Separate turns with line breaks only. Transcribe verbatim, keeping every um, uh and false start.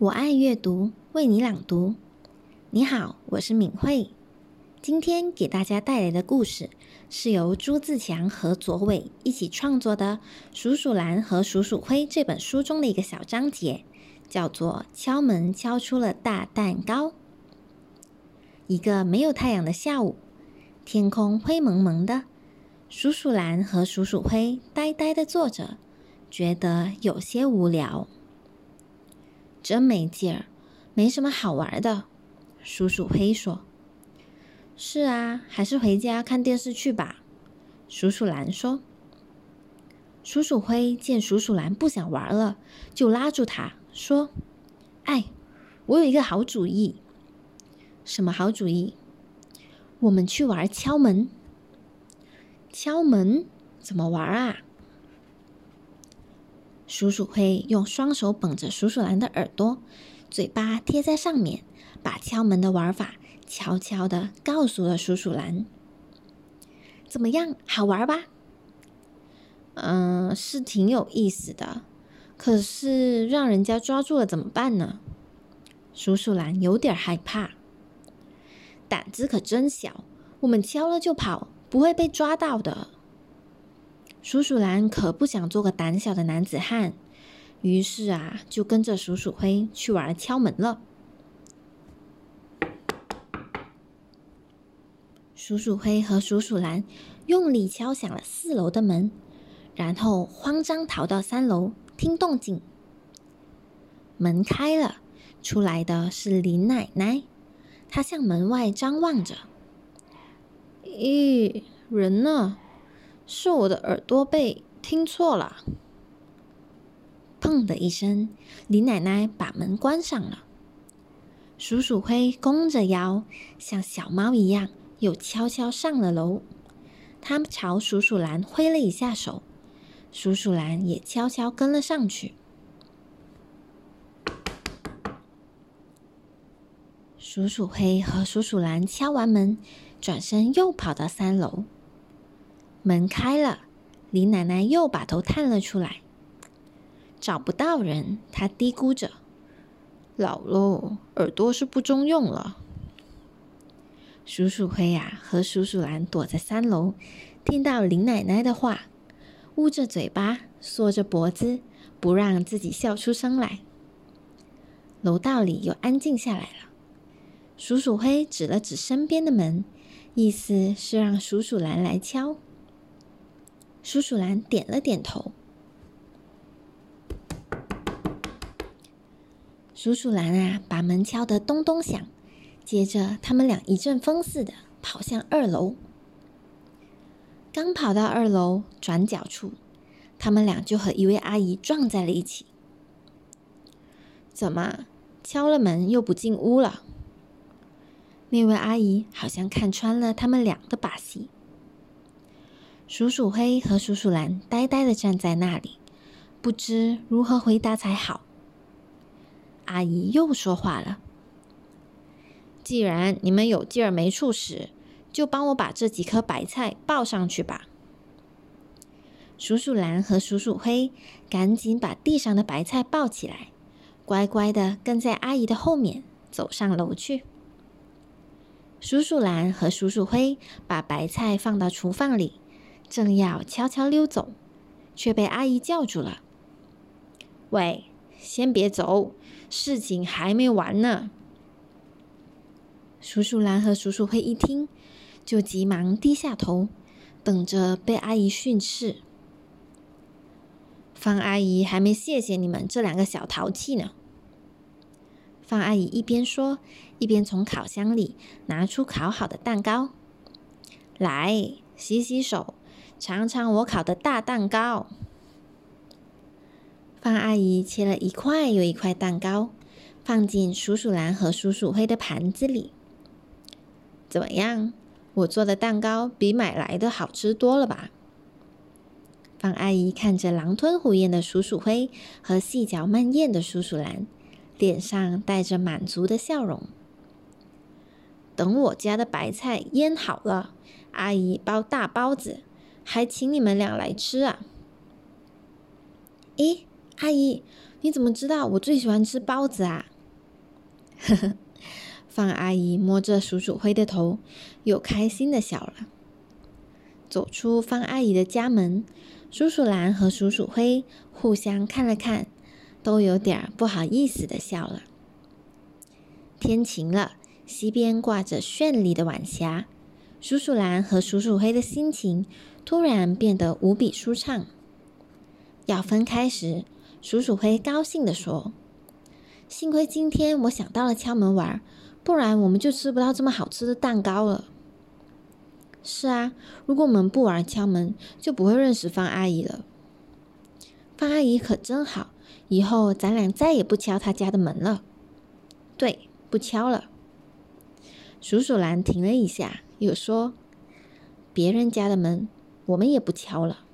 我爱阅读，为你朗读。你好，我是敏慧。今天给大家带来的故事是由朱自强和左伟一起创作的《鼠鼠蓝和鼠鼠灰》这本书中的一个小章节，叫做《敲门敲出了大蛋糕》。一个没有太阳的下午，天空灰蒙蒙的，鼠鼠蓝和鼠鼠灰呆呆地坐着，觉得有些无聊。真没劲儿，没什么好玩的。鼠鼠灰说：“是啊，还是回家看电视去吧。”鼠鼠蓝说。鼠鼠灰见鼠鼠蓝不想玩了，就拉住他说：“哎，我有一个好主意。”“什么好主意？”“我们去玩敲门。”“敲门？怎么玩啊？”鼠鼠灰用双手捧着鼠鼠蓝的耳朵，嘴巴贴在上面，把敲门的玩法悄悄地告诉了鼠鼠蓝。“怎么样，好玩吧？”“嗯，是挺有意思的，可是让人家抓住了怎么办呢？”鼠鼠蓝有点害怕。“胆子可真小，我们敲了就跑，不会被抓到的。”鼠鼠蓝可不想做个胆小的男子汉，于是啊，就跟着鼠鼠灰去玩敲门了。鼠鼠灰和鼠鼠蓝用力敲响了四楼的门，然后慌张逃到三楼听动静。门开了，出来的是林奶奶，她向门外张望着。“咦，人呢？是我的耳朵被听错了。”砰的一声，林奶奶把门关上了。鼠鼠灰弓着腰，像小猫一样，又悄悄上了楼。他朝鼠鼠蓝挥了一下手，鼠鼠蓝也悄悄跟了上去。鼠鼠灰和鼠鼠蓝敲完门，转身又跑到三楼。门开了，林奶奶又把头探了出来。找不到人，她嘀咕着：“老喽，耳朵是不中用了。”鼠鼠灰呀、啊、和鼠鼠蓝躲在三楼，听到林奶奶的话，捂着嘴巴，缩着脖子，不让自己笑出声来。楼道里又安静下来了。鼠鼠灰指了指身边的门，意思是让鼠鼠蓝来敲。鼠鼠蓝点了点头。鼠鼠蓝啊，把门敲得咚咚响，接着他们俩一阵风似的跑向二楼。刚跑到二楼转角处，他们俩就和一位阿姨撞在了一起。“怎么，敲了门又不进屋了？”那位阿姨好像看穿了他们俩的把戏。鼠鼠灰和鼠鼠蓝呆呆地站在那里，不知如何回答才好。阿姨又说话了：“既然你们有劲儿没处使，就帮我把这几颗白菜抱上去吧。”鼠鼠蓝和鼠鼠灰赶紧把地上的白菜抱起来，乖乖地跟在阿姨的后面走上楼去。鼠鼠蓝和鼠鼠灰把白菜放到厨房里，正要悄悄溜走，却被阿姨叫住了。“喂，先别走，事情还没完呢。”鼠鼠蓝和鼠鼠灰一听，就急忙低下头，等着被阿姨训斥。“方阿姨还没谢谢你们这两个小淘气呢。”方阿姨一边说，一边从烤箱里拿出烤好的蛋糕。“来，洗洗手，尝尝我烤的大蛋糕。”方阿姨切了一块又一块蛋糕，放进鼠鼠蓝和鼠鼠灰的盘子里。“怎么样？我做的蛋糕比买来的好吃多了吧？”方阿姨看着狼吞虎咽的鼠鼠灰和细嚼慢咽的鼠鼠蓝，脸上带着满足的笑容。“等我家的白菜腌好了，阿姨包大包子，还请你们俩来吃啊。”“诶，阿姨，你怎么知道我最喜欢吃包子啊？” 呵呵，方阿姨摸着鼠鼠灰的头，又开心的笑了。走出方阿姨的家门，鼠鼠兰和鼠鼠灰互相看了看，都有点不好意思的笑了。天晴了，西边挂着绚丽的晚霞，鼠鼠兰和鼠鼠灰的心情突然变得无比舒畅。要分开时，鼠鼠灰高兴地说：“幸亏今天我想到了敲门玩，不然我们就吃不到这么好吃的蛋糕了。”是啊，如果我们不玩敲门，就不会认识方阿姨了。方阿姨可真好，以后咱俩再也不敲她家的门了。对，不敲了。鼠鼠兰停了一下，又说：“别人家的门，我们也不敲了。”